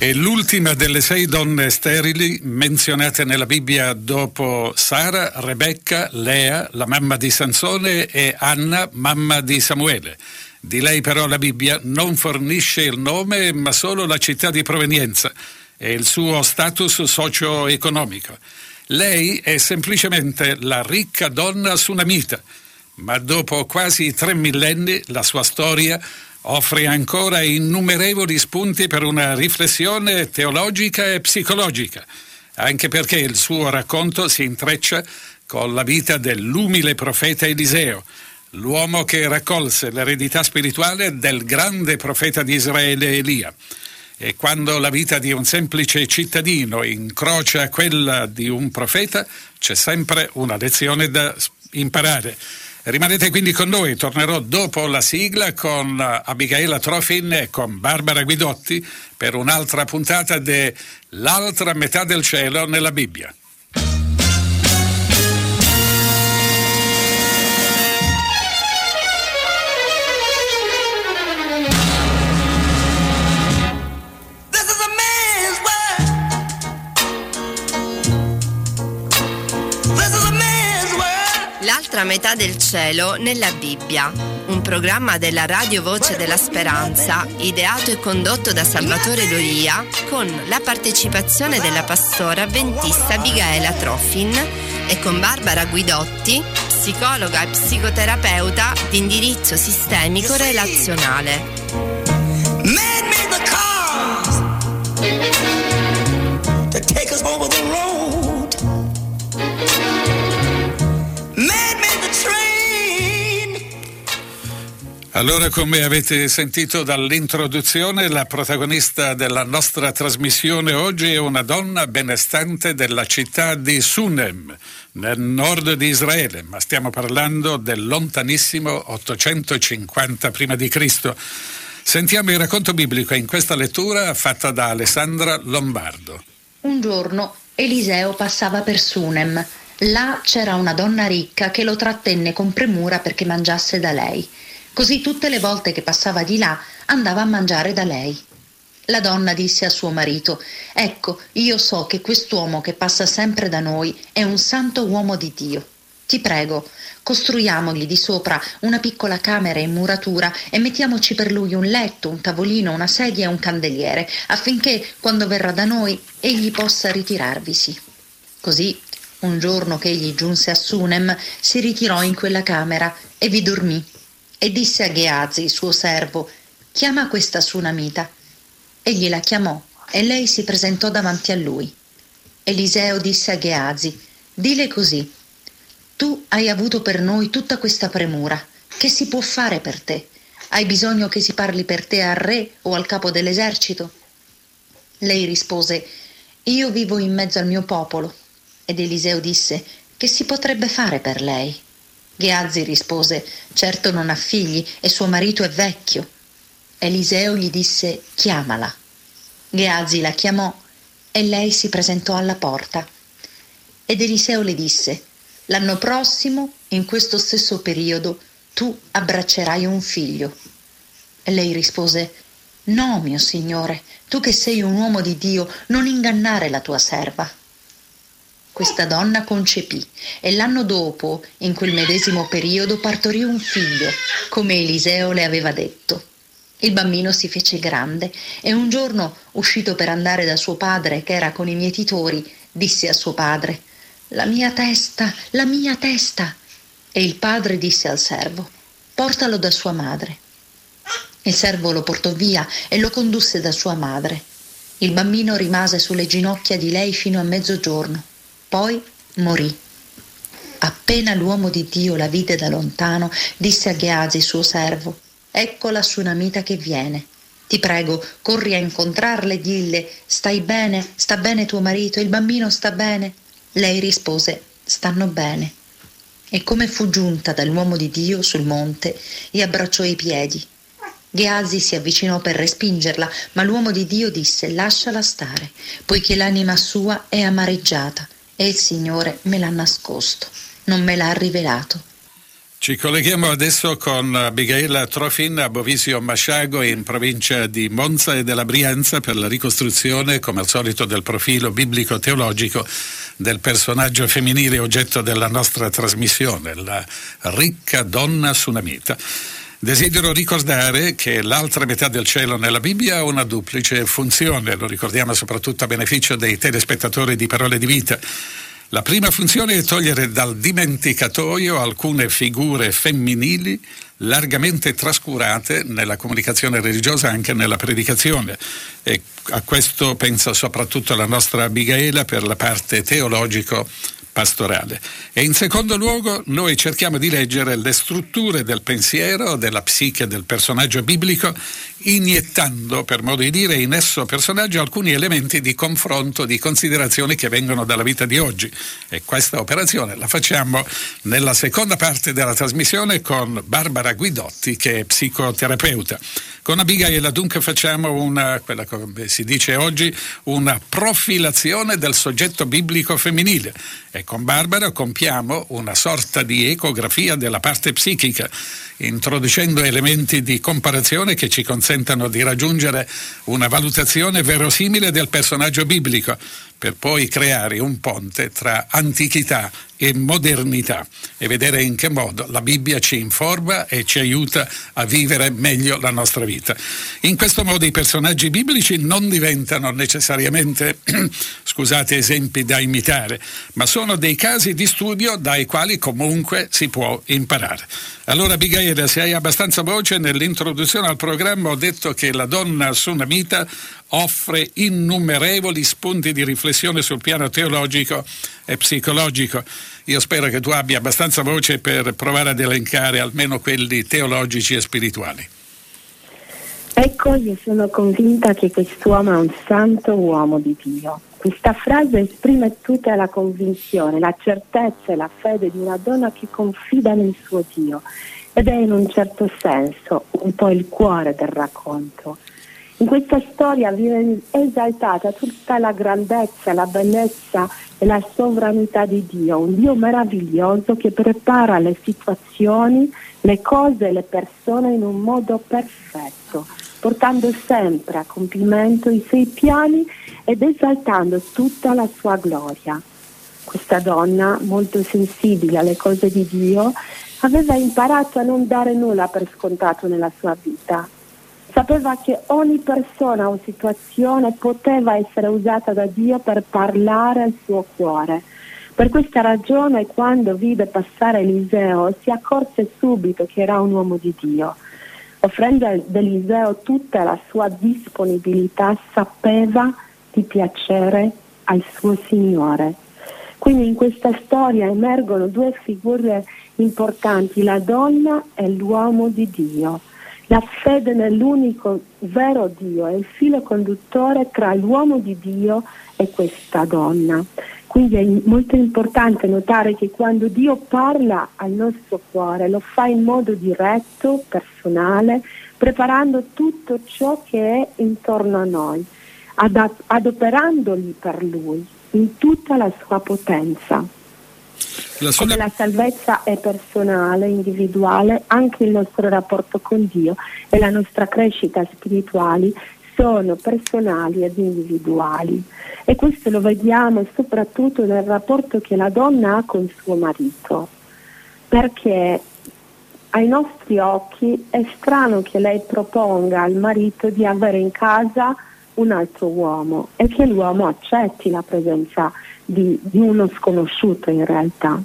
È l'ultima delle 6 donne sterili menzionate nella Bibbia dopo Sara, Rebecca, Lea, la mamma di Sansone, e Anna, mamma di Samuele. Di lei però la Bibbia non fornisce il nome, ma solo la città di provenienza e il suo status socio-economico. Lei è semplicemente la ricca donna sunamita, ma dopo quasi 3 millenni la sua storia offre ancora innumerevoli spunti per una riflessione teologica e psicologica, anche perché il suo racconto si intreccia con la vita dell'umile profeta Eliseo, l'uomo che raccolse l'eredità spirituale del grande profeta di Israele Elia. E quando la vita di un semplice cittadino incrocia quella di un profeta, c'è sempre una lezione da imparare. Rimanete quindi con noi, tornerò dopo la sigla con Abigaila Trofin e con Barbara Guidotti per un'altra puntata de L'altra metà del cielo nella Bibbia. L'altra metà del cielo nella Bibbia, un programma della Radio Voce della Speranza, ideato e condotto da Salvatore Loria, con la partecipazione della pastora avventista Abigaila Trofin e con Barbara Guidotti, psicologa e psicoterapeuta di indirizzo sistemico relazionale. Allora, come avete sentito dall'introduzione, la protagonista della nostra trasmissione oggi è una donna benestante della città di Sunem, nel nord di Israele, ma stiamo parlando del lontanissimo 850 p.C. Sentiamo il racconto biblico in questa lettura fatta da Alessandra Lombardo. Un giorno Eliseo passava per Sunem. Là c'era una donna ricca che lo trattenne con premura perché mangiasse da lei. Così tutte le volte che passava di là andava a mangiare da lei. La donna disse a suo marito: «Ecco, io so che quest'uomo che passa sempre da noi è un santo uomo di Dio. Ti prego, costruiamogli di sopra una piccola camera in muratura e mettiamoci per lui un letto, un tavolino, una sedia e un candeliere, affinché quando verrà da noi egli possa ritirarvisi». Così, un giorno che egli giunse a Sunem, si ritirò in quella camera e vi dormì. E disse a Geazi, suo servo: «Chiama questa sunamita». Egli la chiamò e lei si presentò davanti a lui. Eliseo disse a Geazi: «Dile così: tu hai avuto per noi tutta questa premura. Che si può fare per te? Hai bisogno che si parli per te al re o al capo dell'esercito?» Lei rispose: «Io vivo in mezzo al mio popolo». Ed Eliseo disse: «Che si potrebbe fare per lei?» Geazi rispose: «Certo non ha figli e suo marito è vecchio». Eliseo gli disse: «Chiamala». Geazi la chiamò e lei si presentò alla porta. Ed Eliseo le disse: «L'anno prossimo, in questo stesso periodo, tu abbraccerai un figlio». E lei rispose: «No, mio signore, tu che sei un uomo di Dio, non ingannare la tua serva». Questa donna concepì e l'anno dopo, in quel medesimo periodo, partorì un figlio, come Eliseo le aveva detto. Il bambino si fece grande e un giorno, uscito per andare da suo padre, che era con i mietitori, disse a suo padre: la mia testa, la mia testa!» E il padre disse al servo: «Portalo da sua madre». Il servo lo portò via e lo condusse da sua madre. Il bambino rimase sulle ginocchia di lei fino a mezzogiorno. Poi morì. Appena l'uomo di Dio la vide da lontano, disse a Geazi, suo servo: «Ecco la sunamita che viene. Ti prego, corri a incontrarla e dille: stai bene? Sta bene tuo marito? Il bambino sta bene?» Lei rispose: «Stanno bene». E come fu giunta dall'uomo di Dio sul monte, gli abbracciò i piedi. Geazi si avvicinò per respingerla, ma l'uomo di Dio disse: «Lasciala stare, poiché l'anima sua è amareggiata. E il Signore me l'ha nascosto, non me l'ha rivelato». Ci colleghiamo adesso con Abigail Trofin a Bovisio Masciago, in provincia di Monza e della Brianza, per la ricostruzione, come al solito, del profilo biblico-teologico del personaggio femminile oggetto della nostra trasmissione, la ricca donna sunamita. Desidero ricordare che l'altra metà del cielo nella Bibbia ha una duplice funzione, lo ricordiamo soprattutto a beneficio dei telespettatori di Parole di Vita. La prima funzione è togliere dal dimenticatoio alcune figure femminili largamente trascurate nella comunicazione religiosa, anche nella predicazione, e a questo pensa soprattutto la nostra Abigaila per la parte teologico-pastorale. E in secondo luogo noi cerchiamo di leggere le strutture del pensiero, della psiche del personaggio biblico, iniettando, per modo di dire, in esso personaggio alcuni elementi di confronto, di considerazioni che vengono dalla vita di oggi. E questa operazione la facciamo nella seconda parte della trasmissione con Barbara Guidotti, che è psicoterapeuta. Con Abigail dunque facciamo quella come si dice oggi, una profilazione del soggetto biblico femminile, e con Barbara compiamo una sorta di ecografia della parte psichica, introducendo elementi di comparazione che ci consentano di raggiungere una valutazione verosimile del personaggio biblico, per poi creare un ponte tra antichità e modernità e vedere in che modo la Bibbia ci informa e ci aiuta a vivere meglio la nostra vita. In questo modo i personaggi biblici non diventano necessariamente esempi da imitare, ma sono dei casi di studio dai quali comunque si può imparare. Allora Abigail, se hai abbastanza voce, nell'introduzione al programma ho detto che la donna sunamita offre innumerevoli spunti di riflessione sul piano teologico e psicologico. Io spero che tu abbia abbastanza voce per provare ad elencare almeno quelli teologici e spirituali. Ecco, io sono convinta che quest'uomo è un santo uomo di Dio. Questa frase esprime tutta la convinzione, la certezza e la fede di una donna che confida nel suo Dio, ed è in un certo senso un po' il cuore del racconto. In questa storia viene esaltata tutta la grandezza, la bellezza e la sovranità di Dio, un Dio meraviglioso che prepara le situazioni, le cose e le persone in un modo perfetto, portando sempre a compimento i suoi piani ed esaltando tutta la sua gloria. Questa donna, molto sensibile alle cose di Dio, aveva imparato a non dare nulla per scontato nella sua vita. Sapeva che ogni persona o situazione poteva essere usata da Dio per parlare al suo cuore. Per questa ragione, quando vide passare Eliseo, si accorse subito che era un uomo di Dio. Offrendo ad Eliseo tutta la sua disponibilità, sapeva di piacere al suo Signore. Quindi in questa storia emergono due figure importanti, la donna e l'uomo di Dio. La fede nell'unico vero Dio è il filo conduttore tra l'uomo di Dio e questa donna. Quindi è molto importante notare che quando Dio parla al nostro cuore lo fa in modo diretto, personale, preparando tutto ciò che è intorno a noi, adoperandoli per Lui in tutta la sua potenza. Come la salvezza è personale, individuale, anche il nostro rapporto con Dio e la nostra crescita spirituali sono personali ed individuali. E questo lo vediamo soprattutto nel rapporto che la donna ha con suo marito, perché ai nostri occhi è strano che lei proponga al marito di avere in casa un altro uomo e che l'uomo accetti la presenza di uno sconosciuto in realtà.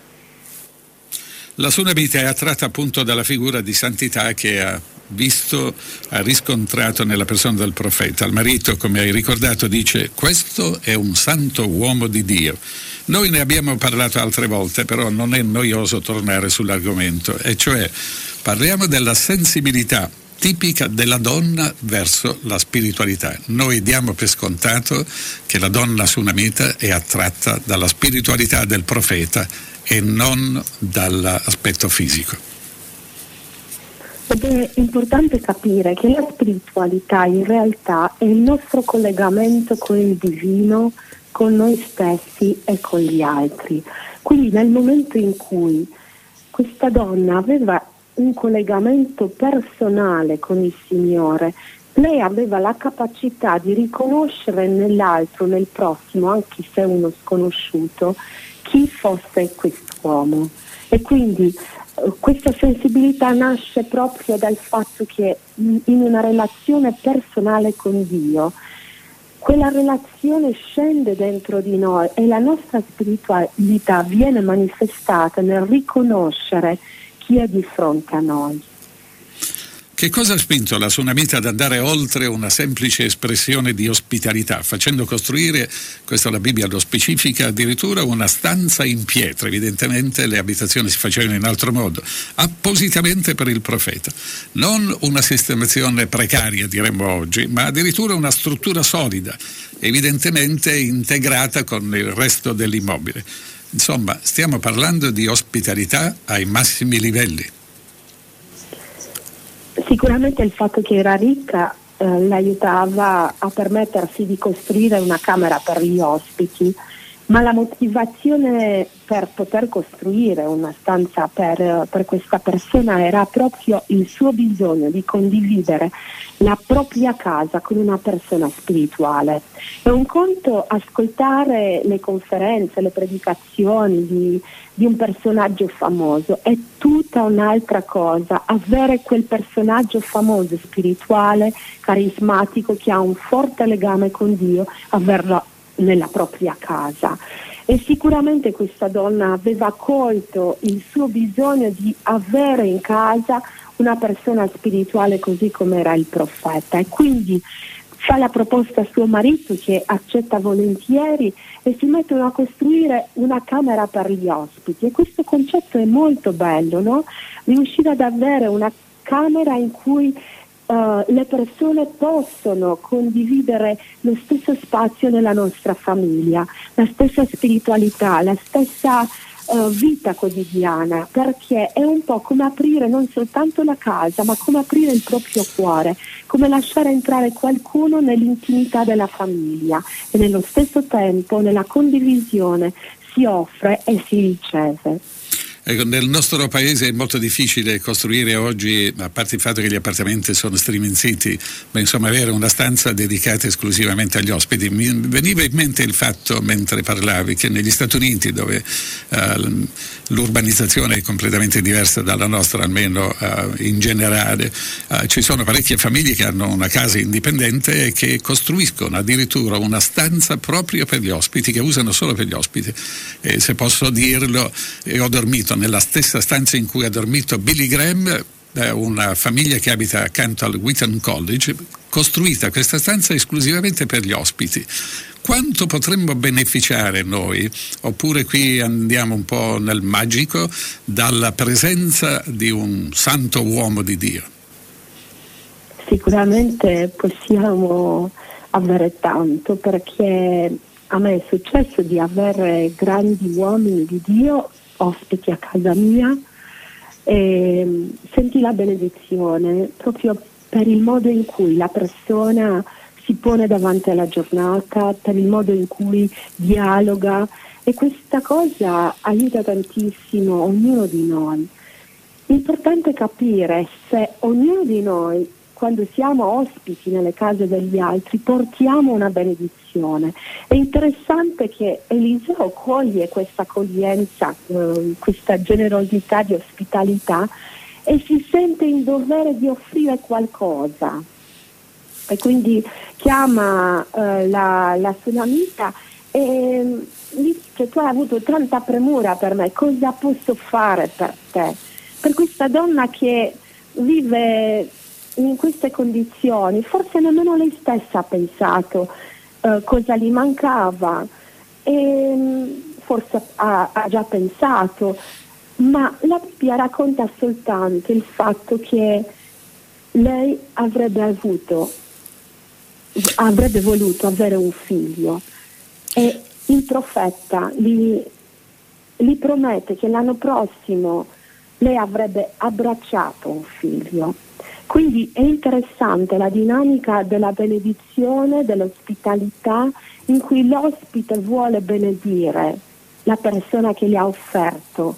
La sunamita è attratta appunto dalla figura di santità che ha riscontrato nella persona del profeta. Il marito, come hai ricordato, dice: questo è un santo uomo di Dio. Noi ne abbiamo parlato altre volte, però non è noioso tornare sull'argomento, e cioè parliamo della sensibilità tipica della donna verso la spiritualità. Noi diamo per scontato che la donna sunamita è attratta dalla spiritualità del profeta e non dall'aspetto fisico. Ed è importante capire che la spiritualità in realtà è il nostro collegamento con il divino, con noi stessi e con gli altri. Quindi nel momento in cui questa donna aveva un collegamento personale con il Signore. Lei aveva la capacità di riconoscere nell'altro, nel prossimo, anche se uno sconosciuto, chi fosse quest'uomo. E quindi questa sensibilità nasce proprio dal fatto che in una relazione personale con Dio, quella relazione scende dentro di noi e la nostra spiritualità viene manifestata nel riconoscere chi è di fronte a noi. Che cosa ha spinto la Sunamita ad andare oltre una semplice espressione di ospitalità, facendo costruire, questa la Bibbia lo specifica, addirittura una stanza in pietra? Evidentemente le abitazioni si facevano in altro modo, appositamente per il profeta. Non una sistemazione precaria, diremmo oggi, ma addirittura una struttura solida, evidentemente integrata con il resto dell'immobile. Insomma, stiamo parlando di ospitalità ai massimi livelli. Sicuramente il fatto che era ricca l'aiutava a permettersi di costruire una camera per gli ospiti, ma la motivazione per poter costruire una stanza per questa persona era proprio il suo bisogno di condividere la propria casa con una persona spirituale. È un conto ascoltare le conferenze, le predicazioni di un personaggio famoso, è tutta un'altra cosa avere quel personaggio famoso, spirituale, carismatico, che ha un forte legame con Dio, averlo nella propria casa. E sicuramente questa donna aveva colto il suo bisogno di avere in casa una persona spirituale così come era il profeta, e quindi fa la proposta a suo marito, che accetta volentieri, e si mettono a costruire una camera per gli ospiti. E questo concetto è molto bello, no? Riuscire ad avere una camera in cui le persone possono condividere lo stesso spazio nella nostra famiglia, la stessa spiritualità, la stessa vita quotidiana, perché è un po' come aprire non soltanto la casa, ma come aprire il proprio cuore, come lasciare entrare qualcuno nell'intimità della famiglia, e nello stesso tempo nella condivisione si offre e si riceve. Ecco, nel nostro paese è molto difficile costruire oggi, a parte il fatto che gli appartamenti sono striminziti, ma insomma avere una stanza dedicata esclusivamente agli ospiti. Mi veniva in mente il fatto, mentre parlavi, che negli Stati Uniti, dove l'urbanizzazione è completamente diversa dalla nostra, almeno in generale, ci sono parecchie famiglie che hanno una casa indipendente e che costruiscono addirittura una stanza proprio per gli ospiti, che usano solo per gli ospiti. E se posso dirlo, ho dormito nella stessa stanza in cui ha dormito Billy Graham, una famiglia che abita accanto al Wheaton College, costruita questa stanza esclusivamente per gli ospiti. Quanto potremmo beneficiare noi, oppure qui andiamo un po' nel magico, dalla presenza di un santo uomo di Dio? Sicuramente possiamo avere tanto, perché a me è successo di avere grandi uomini di Dio ospiti a casa mia, e senti la benedizione proprio per il modo in cui la persona si pone davanti alla giornata, per il modo in cui dialoga, e questa cosa aiuta tantissimo ognuno di noi. L'importante è capire se ognuno di noi, quando siamo ospiti nelle case degli altri, portiamo una benedizione. È interessante che Eliseo coglie questa accoglienza, questa generosità di ospitalità, e si sente in dovere di offrire qualcosa. E quindi chiama la Sunamita e dice: tu hai avuto tanta premura per me, cosa posso fare per te? Per questa donna che vive in queste condizioni, forse nemmeno lei stessa ha pensato cosa gli mancava, e forse ha già pensato, ma la Bibbia racconta soltanto il fatto che lei avrebbe voluto avere un figlio, e il profeta gli promette che l'anno prossimo lei avrebbe abbracciato un figlio. Quindi è interessante la dinamica della benedizione, dell'ospitalità, in cui l'ospite vuole benedire la persona che gli ha offerto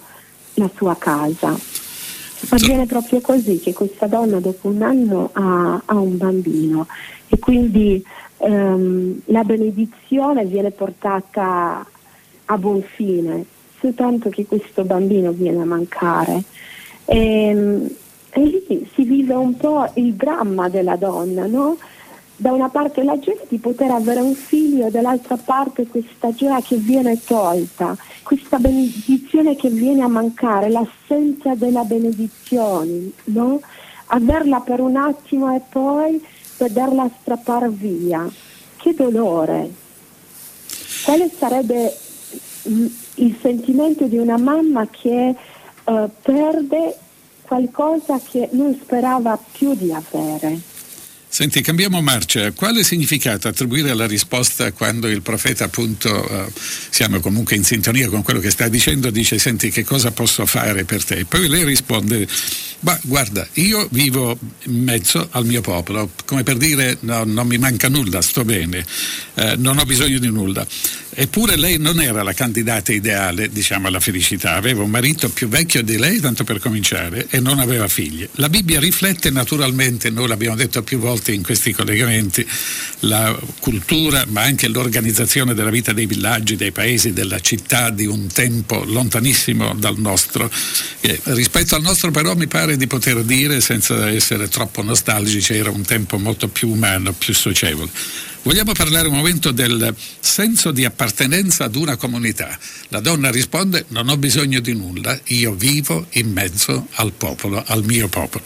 la sua casa. Avviene proprio così, che questa donna dopo un anno ha un bambino e quindi la benedizione viene portata a buon fine, soltanto che questo bambino viene a mancare. E lì si vive un po' il dramma della donna, no? Da una parte la gioia di poter avere un figlio, dall'altra parte questa gioia che viene tolta, questa benedizione che viene a mancare, l'assenza della benedizione, no? Averla per un attimo e poi vederla strappare via. Che dolore! Quale sarebbe il sentimento di una mamma che perde qualcosa che non sperava più di avere? Senti, cambiamo marcia. Quale significato attribuire alla risposta quando il profeta, appunto, siamo comunque in sintonia con quello che sta dicendo, dice: senti, che cosa posso fare per te? Poi lei risponde: ma guarda, io vivo in mezzo al mio popolo, come per dire: no, non mi manca nulla, sto bene, non ho bisogno di nulla. Eppure lei non era la candidata ideale, diciamo, alla felicità. Aveva un marito più vecchio di lei, tanto per cominciare, e non aveva figli. La Bibbia riflette naturalmente, noi l'abbiamo detto più volte in questi collegamenti, la cultura, ma anche l'organizzazione della vita dei villaggi, dei paesi, della città di un tempo lontanissimo dal nostro. Rispetto al nostro, però, mi pare di poter dire, senza essere troppo nostalgici, era un tempo molto più umano, più socievole. Vogliamo parlare un momento del senso di appartenenza ad una comunità. La donna risponde: non ho bisogno di nulla, io vivo in mezzo al popolo, al mio popolo.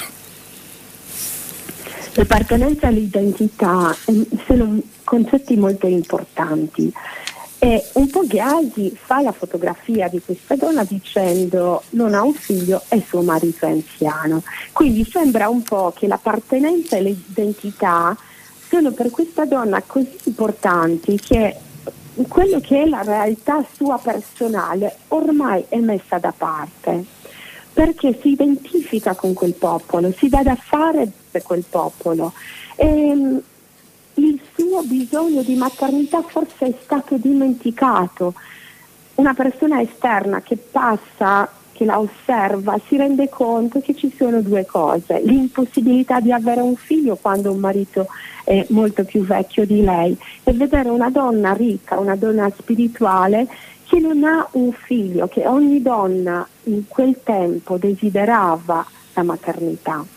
L'appartenenza all'identità sono concetti molto importanti. E un po' Ghiasi fa la fotografia di questa donna dicendo: non ha un figlio e suo marito è anziano. Quindi sembra un po' che l'appartenenza e l'identità sono per questa donna così importanti che quello che è la realtà sua personale ormai è messa da parte, perché si identifica con quel popolo, si dà da fare per quel popolo. E il suo bisogno di maternità forse è stato dimenticato. Una persona esterna che passa, che la osserva, si rende conto che ci sono due cose: l'impossibilità di avere un figlio quando un marito è molto più vecchio di lei, e vedere una donna ricca, una donna spirituale che non ha un figlio, che ogni donna in quel tempo desiderava la maternità.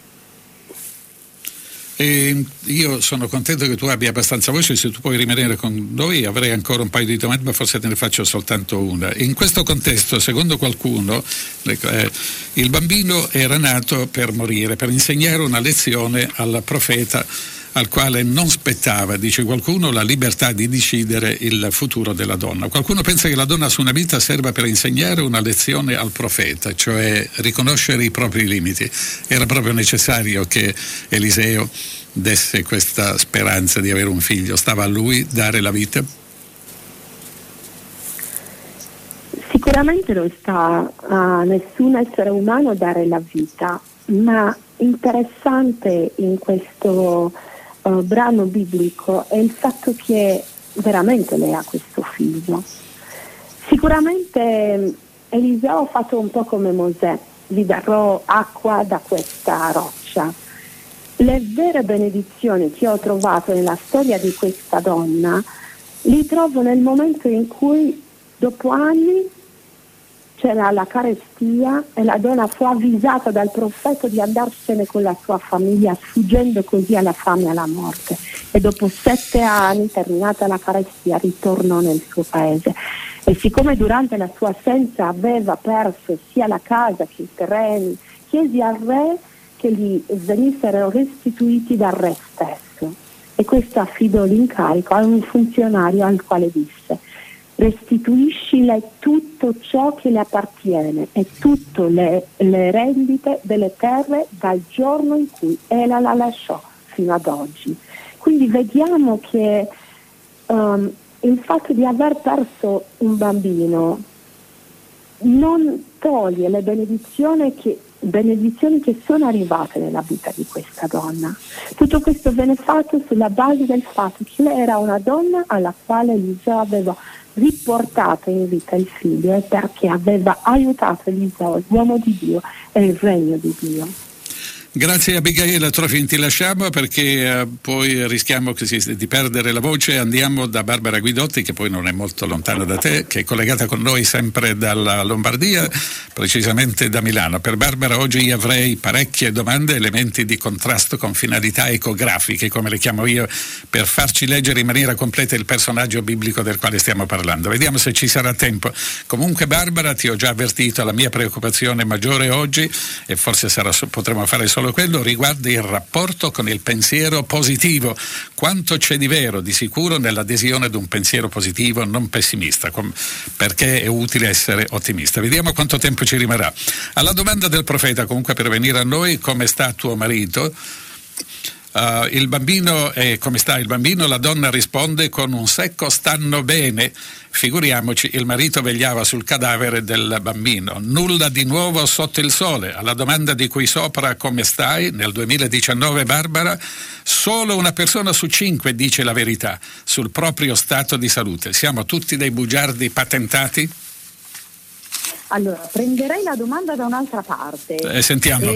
E io sono contento che tu abbia abbastanza voce. Se tu puoi rimanere con noi, avrei ancora un paio di domande, ma forse te ne faccio soltanto una. In questo contesto, secondo qualcuno, il bambino era nato per morire, per insegnare una lezione al profeta, al quale non spettava, dice qualcuno, la libertà di decidere il futuro della donna. Qualcuno pensa che la donna su una vita serva per insegnare una lezione al profeta, cioè riconoscere i propri limiti. Era proprio necessario che Eliseo desse questa speranza di avere un figlio? Stava a lui dare la vita? Sicuramente non sta a nessun essere umano dare la vita, ma interessante in questo brano biblico è il fatto che veramente lei ha questo figlio. Sicuramente Eliseo ha fatto un po' come Mosè: vi darò acqua da questa roccia. Le vere benedizioni che ho trovato nella storia di questa donna li trovo nel momento in cui, dopo anni, c'era la carestia e la donna fu avvisata dal profeta di andarsene con la sua famiglia, sfuggendo così alla fame e alla morte. E dopo 7 anni, terminata la carestia, ritornò nel suo paese. E siccome durante la sua assenza aveva perso sia la casa che i terreni, chiese al re che gli venissero restituiti dal re stesso. E questo affidò l'incarico a un funzionario al quale disse: restituiscile tutto ciò che le appartiene e tutte le rendite delle terre dal giorno in cui ella la lasciò fino ad oggi. Quindi vediamo che il fatto di aver perso un bambino non toglie le benedizioni che benedizioni che sono arrivate nella vita di questa donna. Tutto questo venne fatto sulla base del fatto che lei era una donna alla quale Eliseo aveva riportato in vita il figlio, e perché aveva aiutato Eliseo, l'uomo di Dio, e il regno di Dio. Grazie Abigail Trofim, ti lasciamo perché poi rischiamo di perdere la voce. Andiamo da Barbara Guidotti, che poi non è molto lontana da te, che è collegata con noi sempre dalla Lombardia, precisamente da Milano. Per Barbara oggi io avrei parecchie domande, elementi di contrasto con finalità ecografiche, come le chiamo io, per farci leggere in maniera completa il personaggio biblico del quale stiamo parlando. Vediamo se ci sarà tempo. Comunque Barbara, ti ho già avvertito, la mia preoccupazione maggiore oggi, e forse potremo fare solo quello, riguarda il rapporto con il pensiero positivo. Quanto c'è di vero, di sicuro, nell'adesione ad un pensiero positivo non pessimista, perché è utile essere ottimista. Vediamo quanto tempo ci rimarrà. Alla domanda del profeta, comunque, per venire a noi, come sta tuo marito? Il bambino, come sta il bambino? La donna risponde con un secco stanno bene. Figuriamoci, il marito vegliava sul cadavere del bambino. Nulla di nuovo sotto il sole. Alla domanda di qui sopra come stai, nel 2019 Barbara, solo una persona su 5 dice la verità sul proprio stato di salute. Siamo tutti dei bugiardi patentati? Allora, prenderei la domanda da un'altra parte. Sentiamo.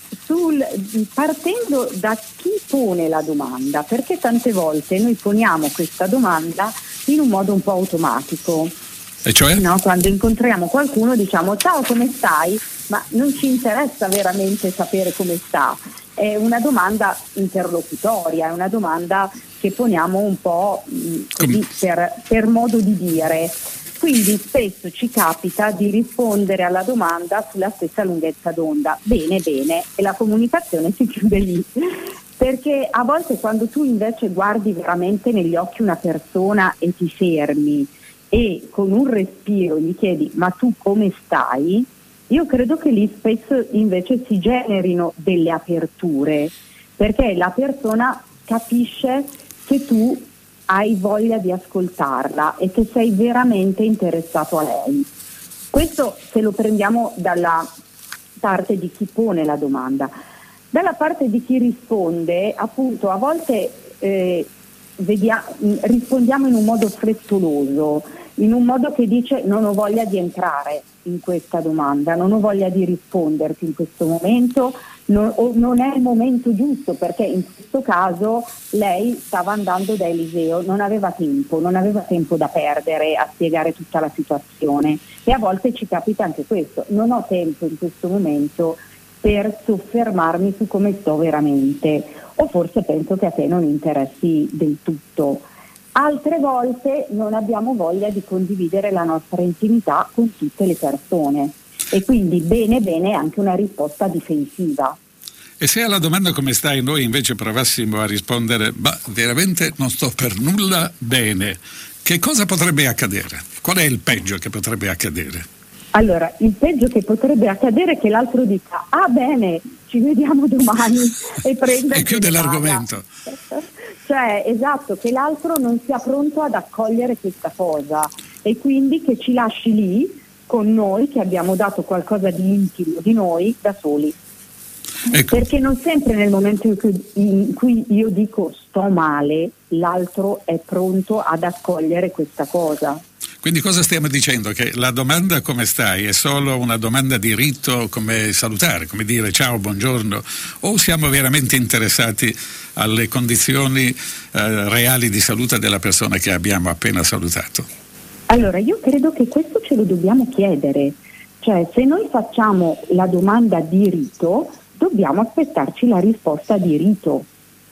Partendo da chi pone la domanda, perché tante volte noi poniamo questa domanda in un modo un po' automatico. E cioè? No, quando incontriamo qualcuno diciamo ciao, come stai? Ma non ci interessa veramente sapere come sta. È una domanda interlocutoria, è una domanda che poniamo un po' così per modo di dire. Quindi spesso ci capita di rispondere alla domanda sulla stessa lunghezza d'onda. Bene, e la comunicazione si chiude lì. Perché a volte quando tu invece guardi veramente negli occhi una persona e ti fermi e con un respiro gli chiedi ma tu come stai? Io credo che lì spesso invece si generino delle aperture, perché la persona capisce che tu hai voglia di ascoltarla e che sei veramente interessato a lei. Questo se lo prendiamo dalla parte di chi pone la domanda. Dalla parte di chi risponde, appunto, a volte rispondiamo in un modo frettoloso, in un modo che dice non ho voglia di entrare in questa domanda, non ho voglia di risponderti in questo momento, non è il momento giusto, perché in questo caso lei stava andando da Eliseo, non aveva tempo da perdere a spiegare tutta la situazione, e a volte ci capita anche questo, non ho tempo in questo momento per soffermarmi su come sto veramente, o forse penso che a te non interessi del tutto. Altre volte non abbiamo voglia di condividere la nostra intimità con tutte le persone, e quindi bene è anche una risposta difensiva. E se alla domanda come stai noi invece provassimo a rispondere veramente non sto per nulla bene, che cosa potrebbe accadere? Qual è il peggio che potrebbe accadere? Allora, il peggio che potrebbe accadere è che l'altro dica bene, ci vediamo domani e chiude l'argomento. Cioè, esatto, che l'altro non sia pronto ad accogliere questa cosa e quindi che ci lasci lì con noi che abbiamo dato qualcosa di intimo di noi da soli. Ecco. Perché non sempre nel momento in cui io dico sto male, l'altro è pronto ad accogliere questa cosa. Quindi cosa stiamo dicendo? Che la domanda come stai è solo una domanda di rito, come salutare, come dire ciao, buongiorno, o siamo veramente interessati alle condizioni reali di salute della persona che abbiamo appena salutato? Allora, io credo che questo ce lo dobbiamo chiedere, cioè se noi facciamo la domanda di rito, dobbiamo aspettarci la risposta di rito.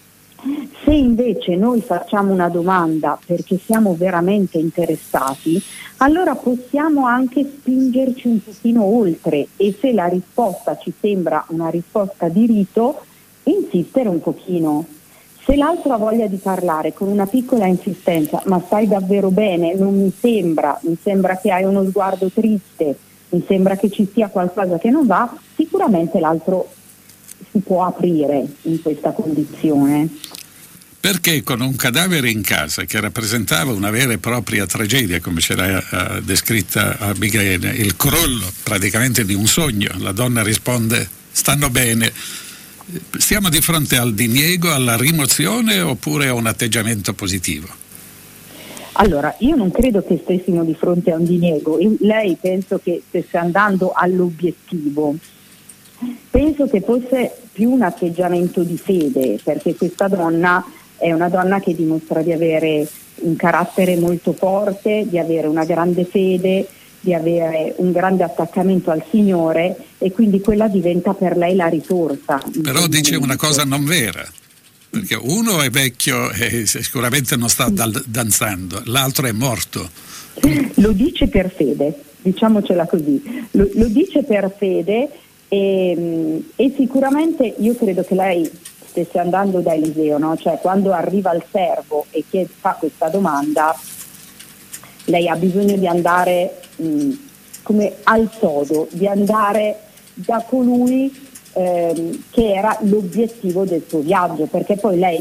Se invece noi facciamo una domanda perché siamo veramente interessati, allora possiamo anche spingerci un pochino oltre, e se la risposta ci sembra una risposta di rito, insistere un pochino. Se l'altro ha voglia di parlare con una piccola insistenza, ma stai davvero bene? Non mi sembra che hai uno sguardo triste, mi sembra che ci sia qualcosa che non va, sicuramente l'altro si può aprire in questa condizione. Perché con un cadavere in casa che rappresentava una vera e propria tragedia, come ce l'ha descritta Abigail, il crollo praticamente di un sogno, la donna risponde stanno bene. Stiamo di fronte al diniego, alla rimozione oppure a un atteggiamento positivo? Allora, io non credo che stessimo di fronte a un diniego. Lei penso che stesse andando all'obiettivo. Penso che fosse più un atteggiamento di fede, perché questa donna è una donna che dimostra di avere un carattere molto forte, di avere una grande fede, di avere un grande attaccamento al Signore, e quindi quella diventa per lei la risorsa. Però dice una cosa non vera, perché uno è vecchio e sicuramente non sta danzando, l'altro è morto. Lo dice per fede, diciamocela così, lo dice per fede, e sicuramente io credo che lei stesse andando da Eliseo, no? Cioè, quando arriva il servo e fa questa domanda, lei ha bisogno di andare come al sodo, di andare da colui che era l'obiettivo del suo viaggio, perché poi lei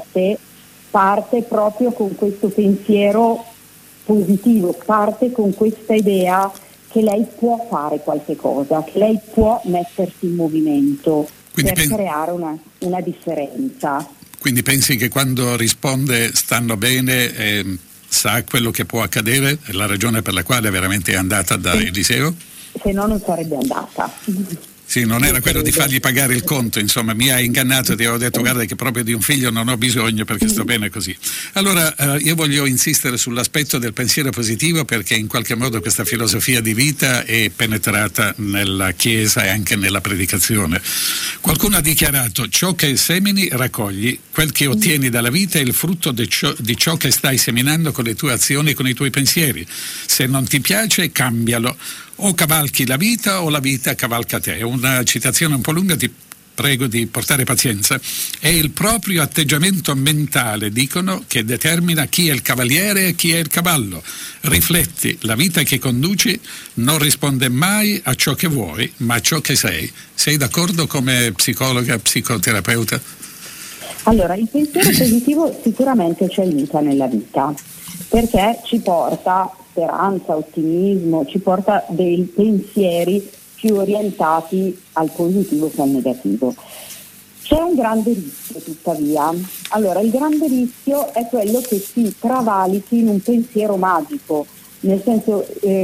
parte proprio con questo pensiero positivo, parte con questa idea che lei può fare qualche cosa, che lei può mettersi in movimento. Quindi per creare una differenza. Quindi pensi che quando risponde stanno bene sa quello che può accadere? È la ragione per la quale veramente è andata da Eliseo? Se no non sarebbe andata. Sì, non era quello di fargli pagare il conto, insomma, mi ha ingannato, ti avevo detto guarda che proprio di un figlio non ho bisogno perché sto bene così. Allora io voglio insistere sull'aspetto del pensiero positivo, perché in qualche modo questa filosofia di vita è penetrata nella Chiesa e anche nella predicazione. Qualcuno ha dichiarato: ciò che semini raccogli, quel che ottieni dalla vita è il frutto di ciò che stai seminando con le tue azioni e con i tuoi pensieri. Se non ti piace, cambialo. O cavalchi la vita o la vita cavalca te. È una citazione un po' lunga, ti prego di portare pazienza. È il proprio atteggiamento mentale, dicono, che determina chi è il cavaliere e chi è il cavallo. Rifletti, la vita che conduci non risponde mai a ciò che vuoi, ma a ciò che sei. Sei d'accordo come psicologa, psicoterapeuta? Allora, il pensiero positivo sicuramente ci aiuta nella vita, perché ci porta speranza, ottimismo, ci porta dei pensieri più orientati al positivo che al negativo. C'è un grande rischio tuttavia. Allora, il grande rischio è quello che si travalichi in un pensiero magico, nel senso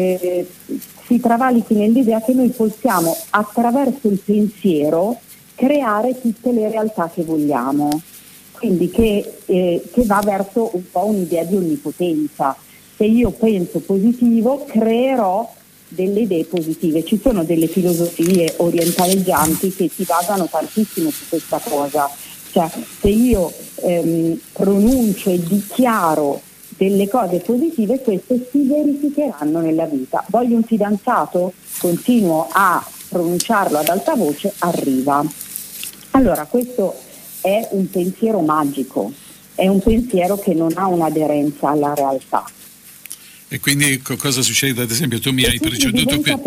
si travalichi nell'idea che noi possiamo attraverso il pensiero creare tutte le realtà che vogliamo, quindi che va verso un po' un'idea di onnipotenza. Se io penso positivo, creerò delle idee positive. Ci sono delle filosofie orientaleggianti che si basano tantissimo su questa cosa. Cioè, se io pronuncio e dichiaro delle cose positive, queste si verificheranno nella vita. Voglio un fidanzato? Continuo a pronunciarlo ad alta voce, arriva. Allora, questo è un pensiero magico, è un pensiero che non ha un'aderenza alla realtà. E quindi cosa succede? Ad esempio, tu mi hai preceduto diventa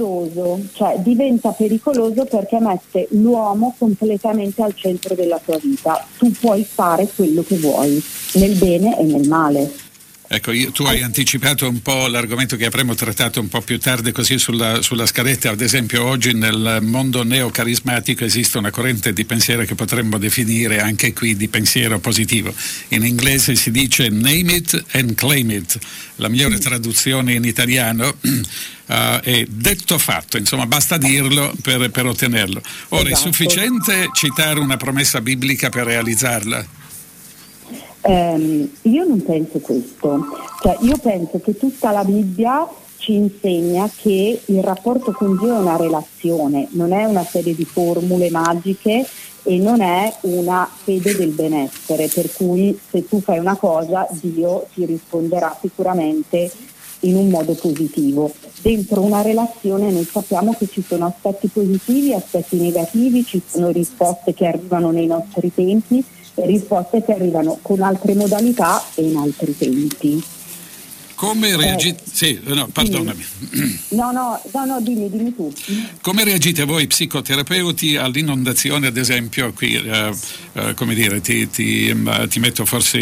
pericoloso perché mette l'uomo completamente al centro della tua vita. Tu puoi fare quello che vuoi, nel bene e nel male. Ecco, tu hai anticipato un po' l'argomento che avremmo trattato un po' più tardi così sulla scaletta. Ad esempio, oggi nel mondo neocarismatico esiste una corrente di pensiero che potremmo definire anche qui di pensiero positivo. In inglese si dice name it and claim it. La migliore traduzione in italiano è detto fatto, insomma basta dirlo per ottenerlo. Ora, esatto. È sufficiente citare una promessa biblica per realizzarla? Io non penso questo, cioè io penso che tutta la Bibbia ci insegna che il rapporto con Dio è una relazione, non è una serie di formule magiche e non è una fede del benessere, per cui se tu fai una cosa Dio ti risponderà sicuramente in un modo positivo. Dentro una relazione noi sappiamo che ci sono aspetti positivi, aspetti negativi, ci sono risposte che arrivano nei nostri tempi, risposte che arrivano con altre modalità e in altri tempi. Come reagite? Perdonami. No, dimmi tu. Come reagite voi psicoterapeuti all'inondazione, ad esempio, qui, come dire, ti metto forse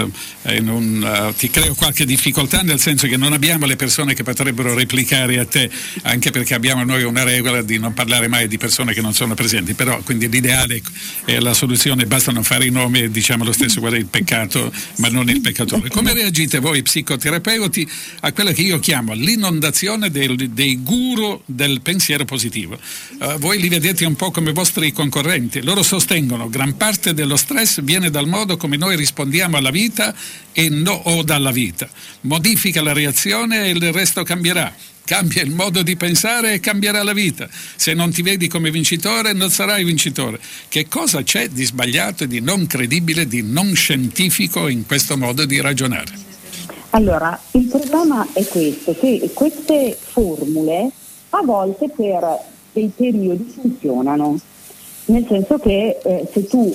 ti creo qualche difficoltà, nel senso che non abbiamo le persone che potrebbero replicare a te, anche perché abbiamo noi una regola di non parlare mai di persone che non sono presenti, però quindi l'ideale è la soluzione, basta non fare i nomi e diciamo lo stesso qual è il peccato, ma non il peccatore. Come reagite voi psicoterapeuti a quella che io chiamo l'inondazione dei guru del pensiero positivo? Voi li vedete un po' come vostri concorrenti. Loro sostengono gran parte dello stress viene dal modo come noi rispondiamo alla vita o dalla vita. Modifica la reazione e il resto cambierà. Cambia il modo di pensare e cambierà la vita. Se non ti vedi come vincitore, non sarai vincitore. Che cosa c'è di sbagliato e di non credibile, di non scientifico in questo modo di ragionare? Allora, il problema è questo, che queste formule a volte per dei periodi funzionano, nel senso che se tu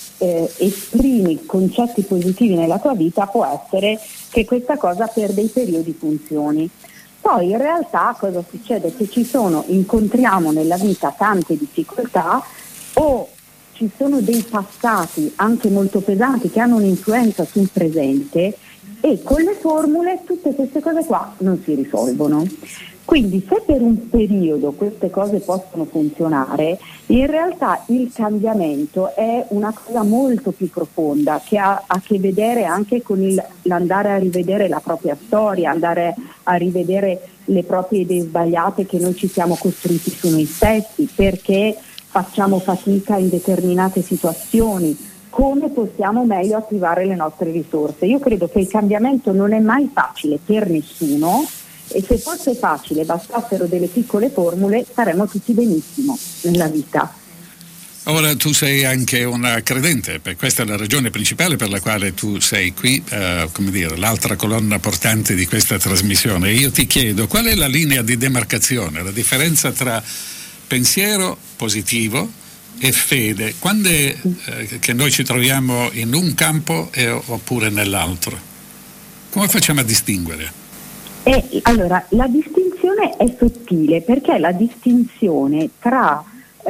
esprimi concetti positivi nella tua vita, può essere che questa cosa per dei periodi funzioni. Poi in realtà cosa succede? Che incontriamo nella vita tante difficoltà, o ci sono dei passati anche molto pesanti che hanno un'influenza sul presente, e con le formule tutte queste cose qua non si risolvono. Quindi se per un periodo queste cose possono funzionare, in realtà il cambiamento è una cosa molto più profonda, che ha a che vedere anche con l'andare a rivedere la propria storia, andare a rivedere le proprie idee sbagliate che noi ci siamo costruiti su noi stessi, perché facciamo fatica in determinate situazioni, come possiamo meglio attivare le nostre risorse. Io credo che il cambiamento non è mai facile per nessuno, e se fosse facile, bastassero delle piccole formule, staremmo tutti benissimo nella vita. Ora tu sei anche una credente, questa è la ragione principale per la quale tu sei qui, l'altra colonna portante di questa trasmissione. Io ti chiedo, qual è la linea di demarcazione, la differenza tra pensiero positivo e fede? Quando è che noi ci troviamo in un campo oppure nell'altro? Come facciamo a distinguere? Allora, la distinzione è sottile, perché la distinzione tra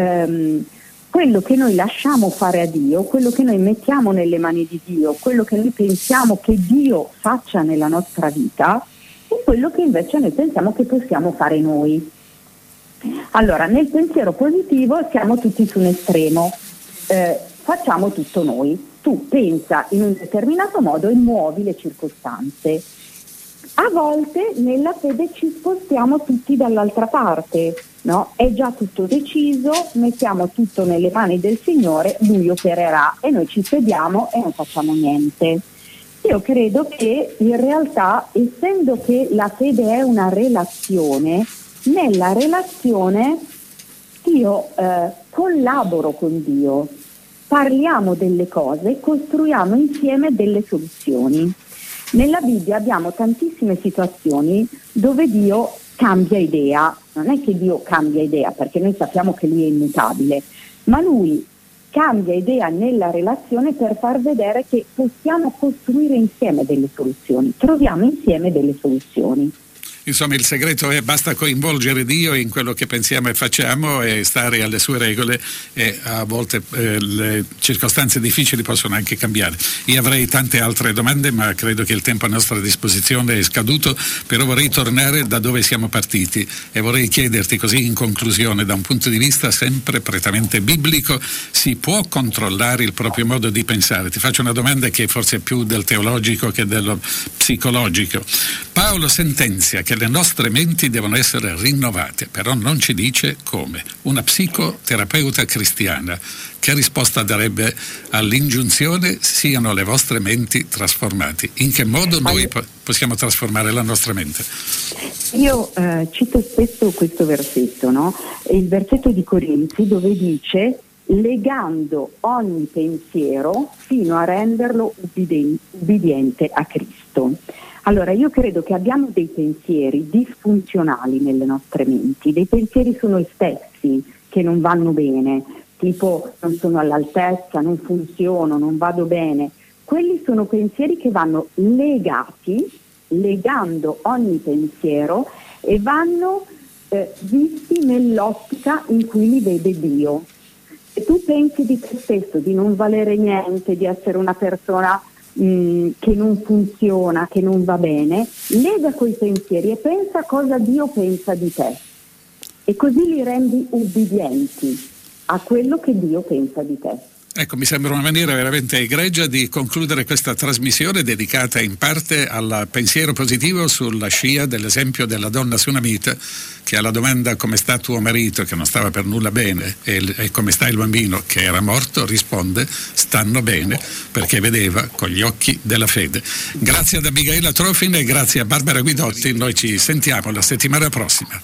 quello che noi lasciamo fare a Dio, quello che noi mettiamo nelle mani di Dio, quello che noi pensiamo che Dio faccia nella nostra vita, e quello che invece noi pensiamo che possiamo fare noi. Allora, nel pensiero positivo siamo tutti su un estremo, facciamo tutto noi. Tu pensa in un determinato modo e muovi le circostanze. A volte nella fede ci spostiamo tutti dall'altra parte, no? È già tutto deciso, mettiamo tutto nelle mani del Signore, Lui opererà, e noi ci sediamo e non facciamo niente. Io credo che in realtà, essendo che la fede è una relazione, nella relazione io collaboro con Dio, parliamo delle cose, costruiamo insieme delle soluzioni. Nella Bibbia abbiamo tantissime situazioni dove Dio cambia idea. Non è che Dio cambia idea, perché noi sappiamo che Lui è immutabile, ma Lui cambia idea nella relazione per far vedere che possiamo costruire insieme delle soluzioni, troviamo insieme delle soluzioni. Insomma, il segreto è basta coinvolgere Dio in quello che pensiamo e facciamo e stare alle sue regole, e a volte le circostanze difficili possono anche cambiare. Io avrei tante altre domande, ma credo che il tempo a nostra disposizione è scaduto, però vorrei tornare da dove siamo partiti e vorrei chiederti così in conclusione, da un punto di vista sempre prettamente biblico, si può controllare il proprio modo di pensare? Ti faccio una domanda che forse è più del teologico che dello psicologico. Paolo sentenzia che le nostre menti devono essere rinnovate, però non ci dice come. Una psicoterapeuta cristiana, che risposta darebbe all'ingiunzione siano le vostre menti trasformate? In che modo noi possiamo trasformare la nostra mente? Io cito spesso questo versetto, no? Il versetto di Corinzi, dove dice: legando ogni pensiero fino a renderlo ubbidiente a Cristo. Allora, io credo che abbiamo dei pensieri disfunzionali nelle nostre menti, dei pensieri su noi stessi che non vanno bene, tipo non sono all'altezza, non funziono, non vado bene. Quelli sono pensieri che vanno legati legando ogni pensiero e vanno visti nell'ottica in cui li vede Dio. Se tu pensi di te stesso, di non valere niente, di essere una persona che non funziona, che non va bene, lega quei pensieri e pensa cosa Dio pensa di te, e così li rendi ubbidienti a quello che Dio pensa di te. Ecco, mi sembra una maniera veramente egregia di concludere questa trasmissione dedicata in parte al pensiero positivo sulla scia dell'esempio della donna sunamita che alla domanda come sta tuo marito, che non stava per nulla bene, e come sta il bambino che era morto, risponde stanno bene, perché vedeva con gli occhi della fede. Grazie ad Abigaila Trofin e grazie a Barbara Guidotti, noi ci sentiamo la settimana prossima.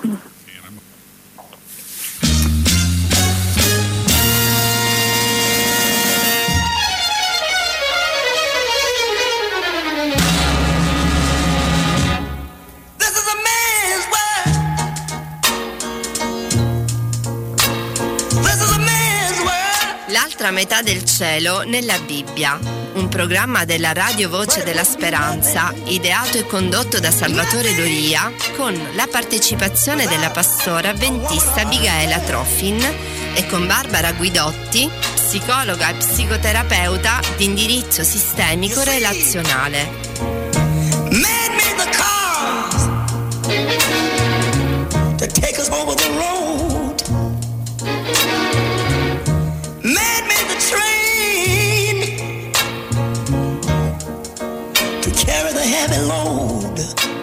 L'altra metà del cielo nella Bibbia, un programma della Radio Voce della Speranza, ideato e condotto da Salvatore Loria, con la partecipazione della pastora avventista Abigaila Trofin e con Barbara Guidotti, psicologa e psicoterapeuta di indirizzo sistemico relazionale. Carry the heavy load.